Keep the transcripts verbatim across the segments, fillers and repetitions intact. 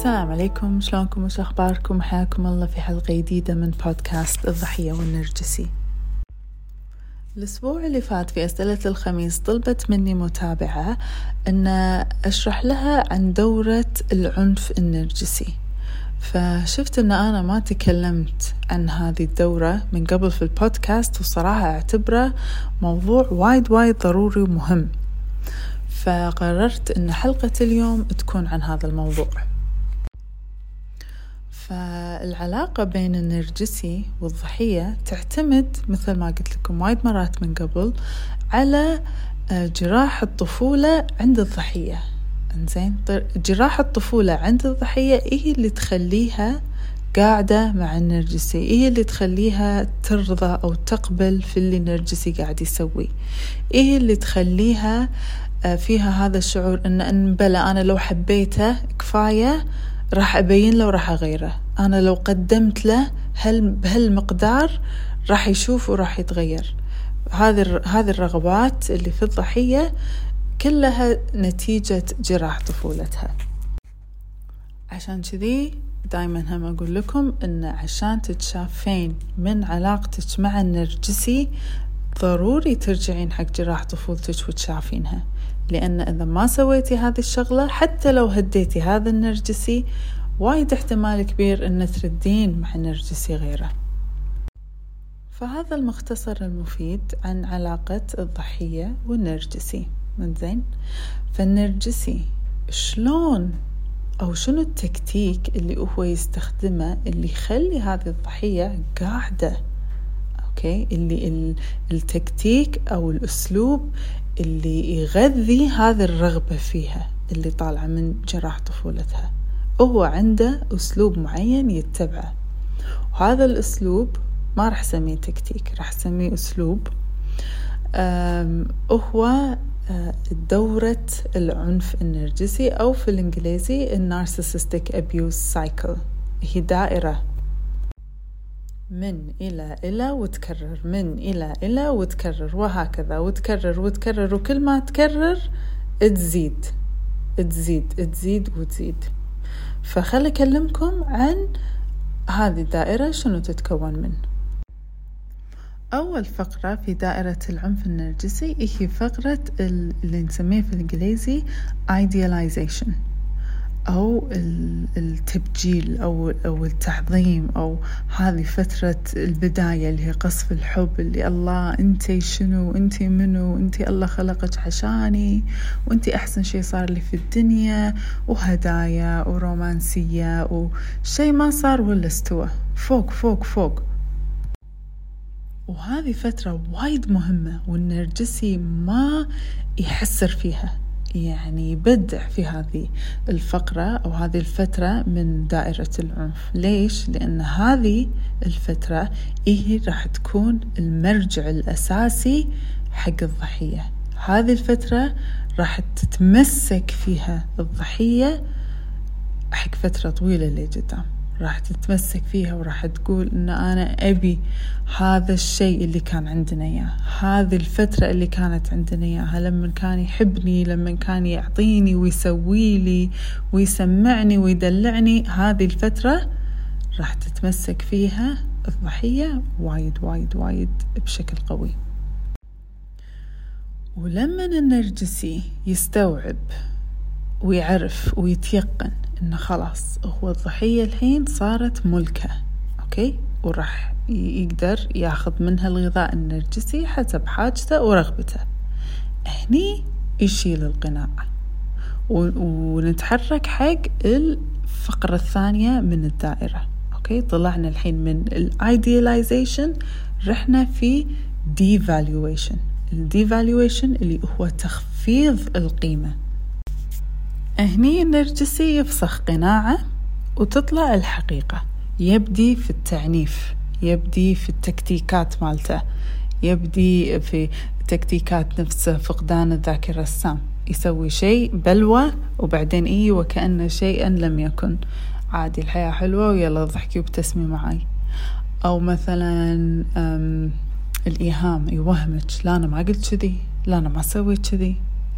السلام عليكم، شلونكم وش أخباركم؟ حياكم الله في حلقة جديدة من بودكاست الضحية والنرجسي. الأسبوع اللي فات في أسئلة الخميس طلبت مني متابعة أن أشرح لها عن دورة العنف النرجسي، فشفت أن أنا ما تكلمت عن هذه الدورة من قبل في البودكاست، وصراحة أعتبره موضوع وايد وايد ضروري ومهم، فقررت أن حلقة اليوم تكون عن هذا الموضوع. فالعلاقة بين النرجسي والضحية تعتمد مثل ما قلت لكم وايد مرات من قبل على جراح الطفولة عند الضحية. إنزين، جراح الطفولة عند الضحية إيه اللي تخليها قاعدة مع النرجسي، إيه اللي تخليها ترضى أو تقبل في اللي النرجسي قاعد يسوي، إيه اللي تخليها فيها هذا الشعور إن إن بلا أنا لو حبيته كفاية راح أبين له وراح أغيره، أنا لو قدمت له هل بهالمقدار راح يشوف وراح يتغير. هذه هذه الرغبات اللي في الضحية كلها نتيجة جراح طفولتها. عشان كذي دايما هم أقول لكم إن عشان تتشافين من علاقتك مع النرجسي ضروري ترجعين حق جراح طفولتك وتشافينها، لأن إذا ما سويتي هذه الشغلة حتى لو هديتي هذا النرجسي وايد احتمال كبير إن تردين مع النرجسي غيره. فهذا المختصر المفيد عن علاقة الضحية والنرجسي. من زين، فالنرجسي شلون أو شنو التكتيك اللي هو يستخدمه اللي يخلي هذه الضحية قاعدة، أوكي، اللي التكتيك أو الأسلوب اللي يغذي هذه الرغبة فيها اللي طالعة من جراح طفولتها. هو عنده أسلوب معين يتبعه، وهذا الأسلوب ما رح سميه تكتيك، رح سميه أسلوب هو دورة العنف النرجسي، أو في الإنجليزي النارسيسستيك أبيوز سايكل. هي دائرة من إلى إلى وتكرر، من إلى إلى وتكرر، وهكذا وتكرر وتكرر، وكل ما تكرر تزيد تزيد تزيد وتزيد. فخلي أكلمكم عن هذه الدائرة شنو تتكون منه. أول فقرة في دائرة العنف النرجسي هي فقرة اللي نسميه في الإنجليزي idealization، أو التبجيل أو أو التعظيم، أو هذه فترة البداية اللي هي قصف الحب، اللي الله أنتي شنو، أنتي منو، أنتي الله خلقك عشاني، وأنتي أحسن شيء صار لي في الدنيا، وهدايا ورومانسية وشيء ما صار ولا استوى، فوق فوق فوق. وهذه فترة وايد مهمة، والنرجسي ما يحسر فيها، يعني يبدع في هذه الفقرة أو هذه الفترة من دائرة العنف. ليش؟ لأن هذه الفترة إيه راح تكون المرجع الأساسي حق الضحية. هذه الفترة راح تتمسك فيها الضحية حق فترة طويلة اللي قدام، راح تتمسك فيها وراح تقول إن أنا أبي هذا الشيء اللي كان عندنا إياه، هذه الفترة اللي كانت عندنا إياها، لما كان يحبني، لما كان يعطيني ويسوي لي ويسمعني ويدلعني. هذه الفترة راح تتمسك فيها الضحية وايد وايد وايد بشكل قوي. ولما النرجسي يستوعب ويعرف ويتيقن إنه خلاص هو الضحية الحين صارت ملكة، أوكي، وراح يقدر ياخذ منها الغذاء النرجسي حسب حاجته ورغبته، هني يشيل القناع ونتحرك حق الفقرة الثانية من الدائرة. أوكي، طلعنا الحين من الايدياليزيشن، رحنا في devaluation. الdevaluation اللي هو تخفيض القيمة. هني النرجسي يفسخ قناعه وتطلع الحقيقة، يبدي في التعنيف، يبدي في التكتيكات مالته، يبدي في تكتيكات نفسه فقدان الذاكرة السام، يسوي شيء بلوى وبعدين إيه وكأنه شيئا لم يكن، عادي الحياة حلوة ويلا ضحكي وابتسمي معاي. أو مثلا الإيهام، يوهمك لا أنا ما قلت كذي، لا أنا ما سويت كذي،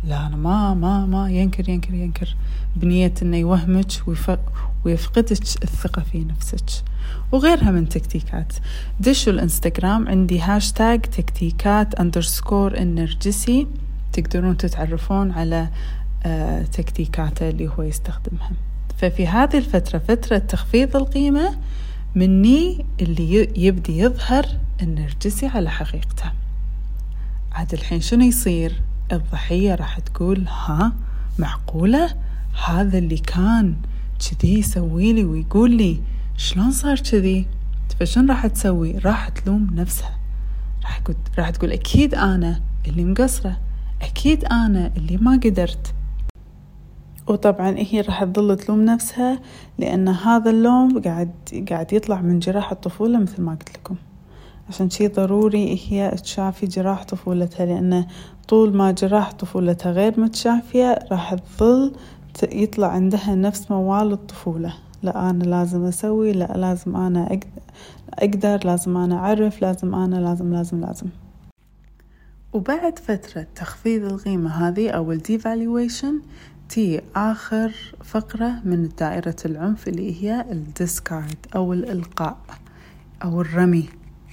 لا أنا ما ما ما ينكر ينكر ينكر بنية إنه يوهمك ويفقدك الثقة في نفسك. وغيرها من تكتيكات. دشوا الانستغرام، عندي هاشتاج تكتيكات أندرسكور النرجسي، تقدرون تتعرفون على آه تكتيكاته اللي هو يستخدمها. ففي هذه الفترة، فترة تخفيض القيمة، مني اللي يبدي يظهر النرجسي على حقيقته. عاد الحين شنو يصير؟ الضحية راح تقول ها معقولة هذا اللي كان كذي يسوي لي ويقول لي شلون صار كذي؟ فشن راح تسوي؟ راح تلوم نفسها، راح تقول راح تقول أكيد أنا اللي مقصرة، أكيد أنا اللي ما قدرت. وطبعا هي راح تظل تلوم نفسها، لأن هذا اللوم قاعد قاعد يطلع من جراح الطفولة مثل ما قلت لكم. عشان شي ضروري هي تشافي جراح طفولتها، لأن طول ما جراح طفولتها غير متشافية راح تظل يطلع عندها نفس موال الطفولة. لا أنا لازم أسوي، لا لازم أنا أقدر، لازم أنا أعرف، لازم أنا لازم لازم لازم. وبعد فترة تخفيض القيمة هذه أو الديفالويشن تي آخر فقرة من دائرة العنف اللي هي الديسكارد أو الإلقاء أو الرمي.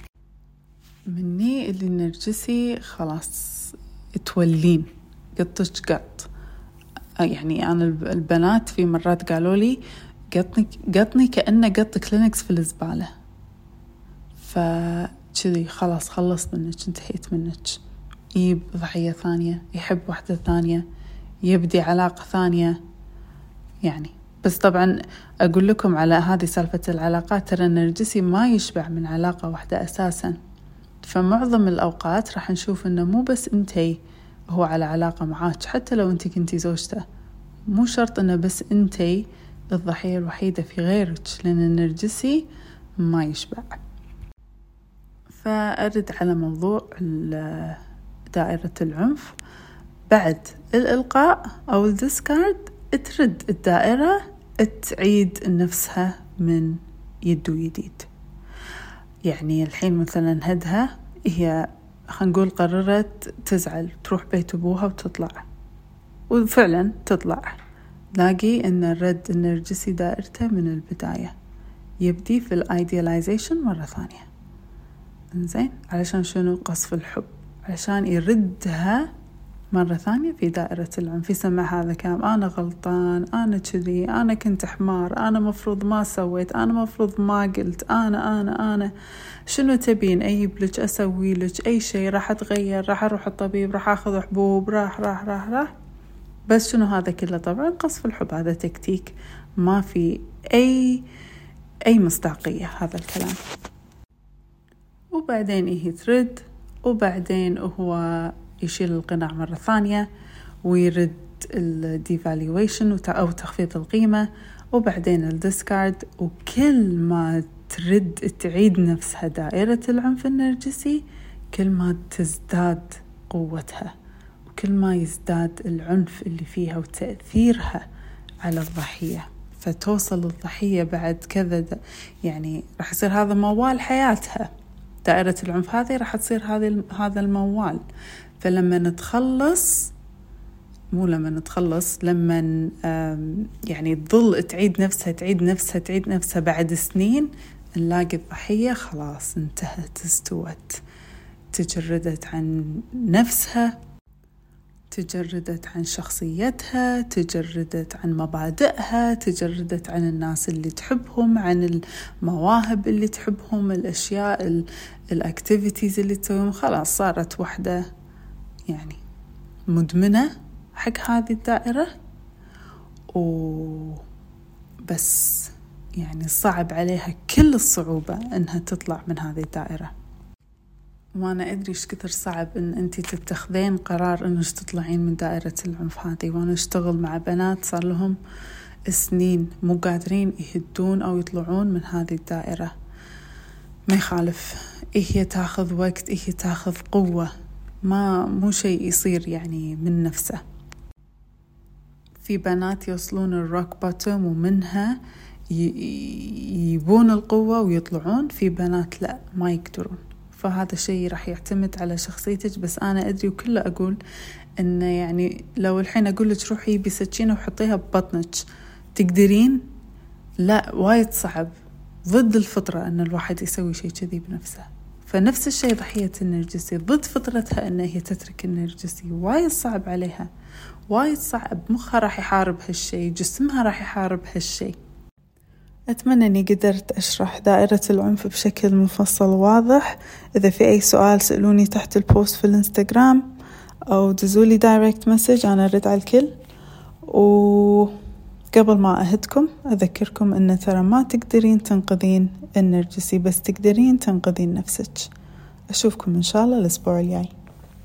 مني اللي النرجسي خلاص تولين قطش قط. يعني أنا البنات في مرات قالوا لي قطني قطني كأنه قط كلينكس في الزبالة، فكذي خلاص خلص منك، انتهيت منك. يجيب ضحية ثانية، يحب واحدة ثانية، يبدي علاقة ثانية يعني. بس طبعا أقول لكم على هذه سالفة العلاقات، ترى النرجسي ما يشبع من علاقة واحدة أساسا. فمعظم الأوقات راح نشوف إنه مو بس أنتي هو على علاقة معاك، حتى لو أنتي كنتي زوجته، مو شرط إنه بس أنتي الضحية الوحيدة في غيرك، لأن النرجسي ما يشبع. فأرد على موضوع دائرة العنف. بعد الإلقاء أو الديسكارد ترد الدائرة تعيد نفسها من يد ويديد. يعني الحين مثلا هدها هي خلينا نقول قررت تزعل تروح بيت أبوها وتطلع، وفعلا تطلع، لاقي أن الرد النرجسي دائرته من البداية يبدي في الايدياليزيشن مرة ثانية. إنزين، علشان شنو؟ قصف الحب، علشان يردها مرة ثانية في دائرة العنف. يسمع هذا كلام، أنا غلطان، أنا كذي، أنا كنت حمار، أنا مفروض ما سويت، أنا مفروض ما قلت، أنا أنا أنا شنو تبين أجيب لك، أسوي لك أي شيء، راح أتغير، راح أروح الطبيب، راح أخذ حبوب، راح راح راح راح بس شنو هذا كله؟ طبعا قصف الحب، هذا تكتيك ما في أي أي مصداقية هذا الكلام. وبعدين هي ترد، وبعدين هو يشيل القناع مرة ثانية ويرد الديفالويشن أو تخفيض القيمة، وبعدين الديسكارد. وكل ما ترد تعيد نفسها دائرة العنف النرجسي، كل ما تزداد قوتها، وكل ما يزداد العنف اللي فيها وتأثيرها على الضحية. فتوصل الضحية بعد كذا يعني راح يصير هذا موال حياتها. دائرة العنف هذه راح تصير هذه هذا الموال. فلما نتخلص مو لما نتخلص لما يعني تظل تعيد نفسها تعيد نفسها تعيد نفسها بعد سنين، نلاقي الضحية خلاص انتهت، استوت، تجردت عن نفسها، تجردت عن شخصيتها، تجردت عن مبادئها، تجردت عن الناس اللي تحبهم، عن المواهب اللي تحبهم، الأشياء الأكتيفيتيز اللي تسويهم. خلاص صارت وحدة يعني مدمنة حق هذه الدائرة، وبس يعني صعب عليها كل الصعوبة أنها تطلع من هذه الدائرة. وأنا أدري إيش كثر صعب إن أنتي تتخذين قرار إنك تطلعين من دائرة العنف هذه. وأنا أشتغل مع بنات صار لهم سنين مو قادرين يهدون أو يطلعون من هذه الدائرة. ما يخالف، إيه هي تاخذ وقت، إيه هي تاخذ قوة، ما مو شيء يصير يعني من نفسه. في بنات يوصلون الروك بوتوم ومنها يبون القوة ويطلعون، في بنات لا ما يقدرون. فهذا الشيء راح يعتمد على شخصيتك. بس أنا أدري وكله أقول إنه يعني لو الحين أقول لك روحي بسكينة وحطيها ببطنك تقدرين؟ لا، وايد صعب، ضد الفطرة أن الواحد يسوي شيء كذي بنفسه. فنفس الشيء ضحية النرجسي ضد فطرتها أن هي تترك النرجسي، وايد صعب عليها، وايد صعب. مخها راح يحارب هالشيء، جسمها راح يحارب هالشيء. أتمنى أني قدرت أشرح دائرة العنف بشكل مفصل واضح. إذا في أي سؤال سألوني تحت البوست في الانستغرام أو دزولي دايركت مسج، أنا أرد على الكل. وقبل ما أهدكم أذكركم أن ترى ما تقدرين تنقذين النرجسي، بس تقدرين تنقذين نفسك. أشوفكم إن شاء الله الأسبوع الجاي.